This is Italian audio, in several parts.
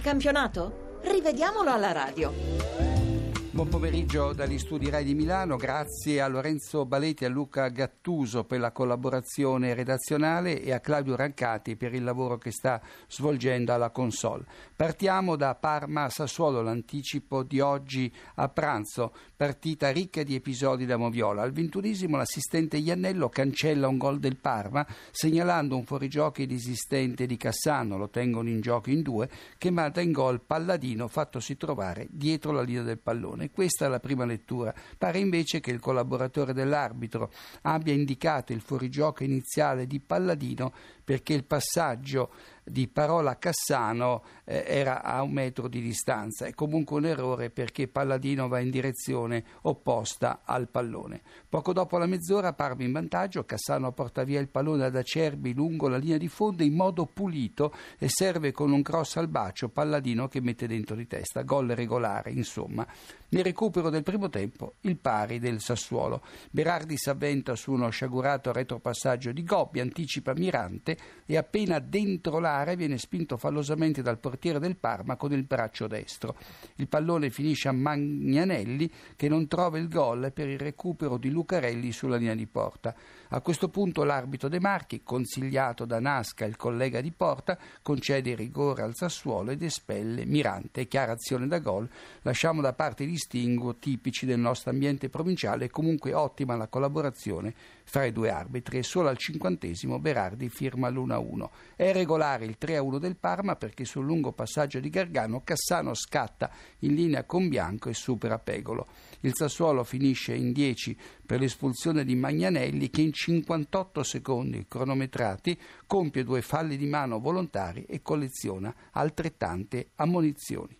campionato? Rivediamolo alla radio. Buon pomeriggio dagli studi Rai di Milano, grazie a Lorenzo Baletti e a Luca Gattuso per la collaborazione redazionale e a Claudio Rancati per il lavoro che sta svolgendo alla console. Partiamo da Parma-Sassuolo, l'anticipo di oggi a pranzo, partita ricca di episodi da moviola. Al 21esimo l'assistente Iannello cancella un gol del Parma segnalando un fuorigioco inesistente di Cassano, lo tengono in gioco in due, che manda in gol Palladino fattosi trovare dietro la linea del pallone. Questa è la prima lettura. Pare invece che il collaboratore dell'arbitro abbia indicato il fuorigioco iniziale di Palladino perché il passaggio di parola Cassano era a 1 metro di distanza. È comunque un errore perché Palladino va in direzione opposta al pallone. Poco dopo la mezz'ora Parma in vantaggio, Cassano porta via il pallone ad Acerbi lungo la linea di fondo in modo pulito e serve con un cross al bacio Palladino che mette dentro di testa. Gol regolare, insomma. Nel recupero del primo tempo il pari del Sassuolo. Berardi s'avventa su uno sciagurato retropassaggio di Gobbi, anticipa Mirante e appena dentro l'area viene spinto fallosamente dal portiere del Parma con il braccio destro. Il pallone finisce a Magnanelli che non trova il gol per il recupero di Lucarelli sulla linea di porta. A questo punto l'arbitro De Marchi, consigliato da Nasca, il collega di porta, concede il rigore al Sassuolo ed espelle Mirante. Chiara azione da gol. Lasciamo da parte i distinguo tipici del nostro ambiente provinciale e comunque ottima la collaborazione fra i due arbitri e solo al 50esimo Berardi firma l'1-1. È regolare il 3-1 del Parma perché sul lungo passaggio di Gargano Cassano scatta in linea con Bianco e supera Pegolo. Il Sassuolo finisce in 10 per l'espulsione di Magnanelli che in 58 secondi cronometrati compie 2 falli di mano volontari e colleziona altrettante ammonizioni.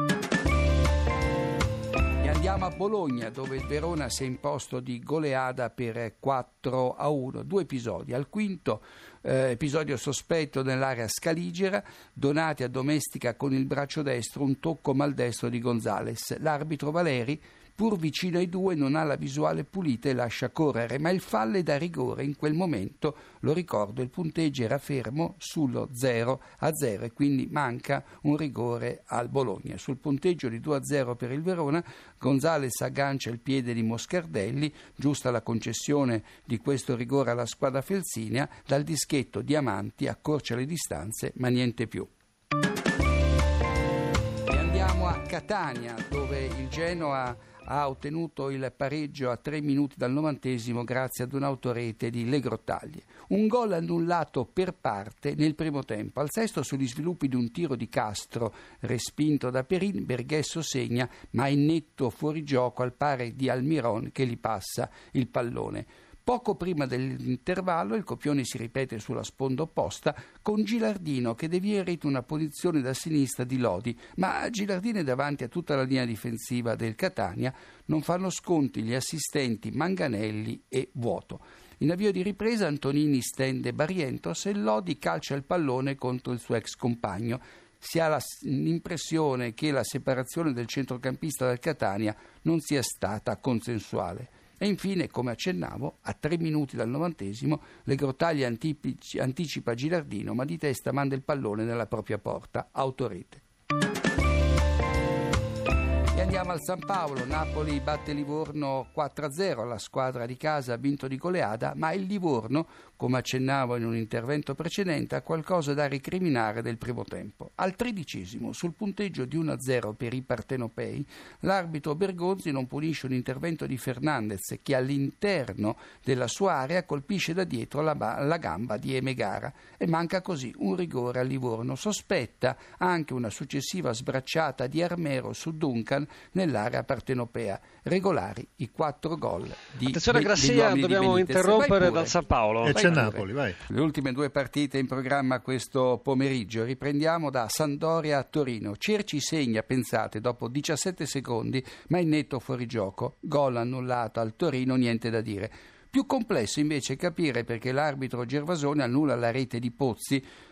Andiamo a Bologna dove il Verona si è imposto di goleada per 4-1, 2 episodi. Al quinto episodio sospetto nell'area scaligera, Donati addomestica con il braccio destro un tocco maldestro di Gonzales. L'arbitro Valeri, pur vicino ai due, non ha la visuale pulita e lascia correre, ma il fallo è da rigore. In quel momento, lo ricordo, il punteggio era fermo sullo 0-0 e quindi manca un rigore al Bologna. Sul punteggio di 2-0 per il Verona, Gonzales aggancia il piede di Moscardelli, giusta la concessione di questo rigore alla squadra felsinea, dal dischetto Diamanti accorcia le distanze, ma niente più. E andiamo a Catania, dove il Genoa ha ottenuto il pareggio a 3 minuti dal 90esimo grazie ad un'autorete di Le Grottaglie. Un gol annullato per parte nel primo tempo. Al sesto, sugli sviluppi di un tiro di Castro respinto da Perin, Berghesso segna ma in netto fuorigioco al pari di Almiron che gli passa il pallone. Poco prima dell'intervallo il copione si ripete sulla sponda opposta con Gilardino che devia in rete una posizione da sinistra di Lodi, ma Gilardino è davanti a tutta la linea difensiva del Catania, non fanno sconti gli assistenti Manganelli e Vuoto. In avvio di ripresa Antonini stende Barrientos e Lodi calcia il pallone contro il suo ex compagno. Si ha l'impressione che la separazione del centrocampista dal Catania non sia stata consensuale. E infine, come accennavo, a 3 minuti dal 90esimo, Le Grottaglie anticipa Gilardino, ma di testa manda il pallone nella propria porta, autorete. E andiamo al San Paolo. Napoli batte Livorno 4-0, la squadra di casa ha vinto di goleada, ma il Livorno, come accennavo in un intervento precedente, ha qualcosa da recriminare del primo tempo. Al 13esimo, sul punteggio di 1-0 per i partenopei, l'arbitro Bergonzi non punisce un intervento di Fernandez che all'interno della sua area colpisce da dietro la gamba di Emegara e manca così un rigore al Livorno. Sospetta anche una successiva sbracciata di Armero su Duncan nell'area partenopea. Regolari i 4 gol di Attenzione Grassia, dobbiamo interrompere dal San Paolo. E c'è Napoli, vai. Le ultime 2 partite in programma questo pomeriggio. Riprendiamo da Sampdoria a Torino. Cerci segna, pensate, dopo 17 secondi, ma in netto fuorigioco. Gol annullato al Torino, niente da dire. Più complesso invece capire perché l'arbitro Gervasoni annulla la rete di Pozzi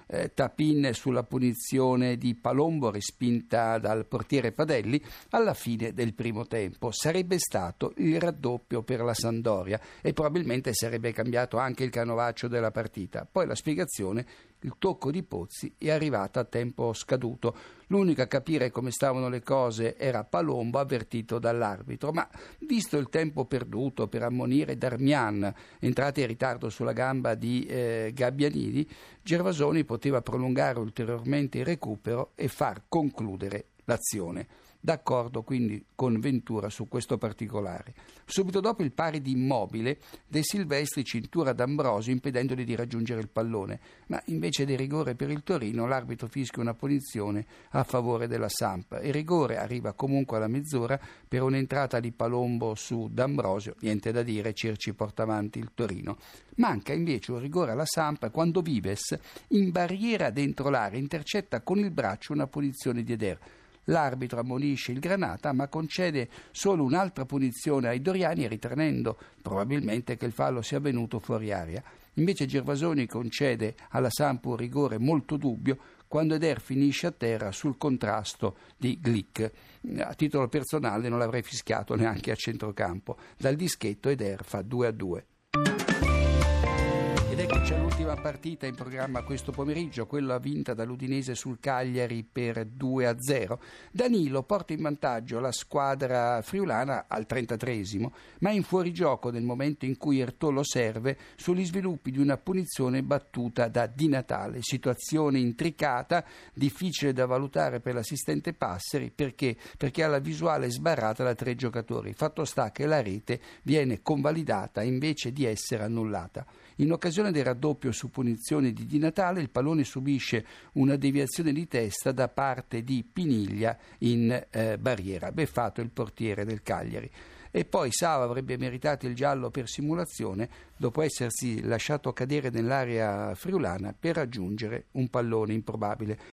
tap-in sulla punizione di Palombo respinta dal portiere Padelli alla fine del primo tempo. Sarebbe stato il raddoppio per la Sampdoria e probabilmente sarebbe cambiato anche il canovaccio della partita. Poi la spiegazione: il tocco di Pozzi è arrivato a tempo scaduto. L'unico a capire come stavano le cose era Palombo, avvertito dall'arbitro, ma visto il tempo perduto per ammonire Darmian, entrato in ritardo sulla gamba di Gabbianini, Gervasoni poteva prolungare ulteriormente il recupero e far concludere l'azione. D'accordo quindi con Ventura su questo particolare. Subito dopo il pari di Immobile, De Silvestri cintura D'Ambrosio impedendogli di raggiungere il pallone, ma invece del rigore per il Torino l'arbitro fischia una punizione a favore della Samp. Il rigore arriva comunque alla mezz'ora per un'entrata di Palombo su D'Ambrosio, niente da dire, Cerci porta avanti il Torino. Manca invece un rigore alla Samp quando Vives, in barriera dentro l'area, intercetta con il braccio una punizione di Eder. L'arbitro ammonisce il Granata, ma concede solo un'altra punizione ai doriani, ritenendo probabilmente che il fallo sia avvenuto fuori area. Invece Gervasoni concede alla Samp un rigore molto dubbio quando Eder finisce a terra sul contrasto di Glick. A titolo personale non l'avrei fischiato neanche a centrocampo. Dal dischetto Eder fa 2-2. Ed ecco c'è l'ultima partita in programma questo pomeriggio, quella vinta dall'Udinese sul Cagliari per 2-0. Danilo porta in vantaggio la squadra friulana al 33esimo, ma in fuorigioco nel momento in cui Ertò lo serve sugli sviluppi di una punizione battuta da Di Natale. Situazione intricata, difficile da valutare per l'assistente Passeri perché ha la visuale sbarrata da 3 giocatori. Fatto sta che la rete viene convalidata invece di essere annullata. In occasione del raddoppio su punizione di Di Natale, il pallone subisce una deviazione di testa da parte di Piniglia in barriera. Beffato il portiere del Cagliari. E poi Sava avrebbe meritato il giallo per simulazione dopo essersi lasciato cadere nell'area friulana per raggiungere un pallone improbabile.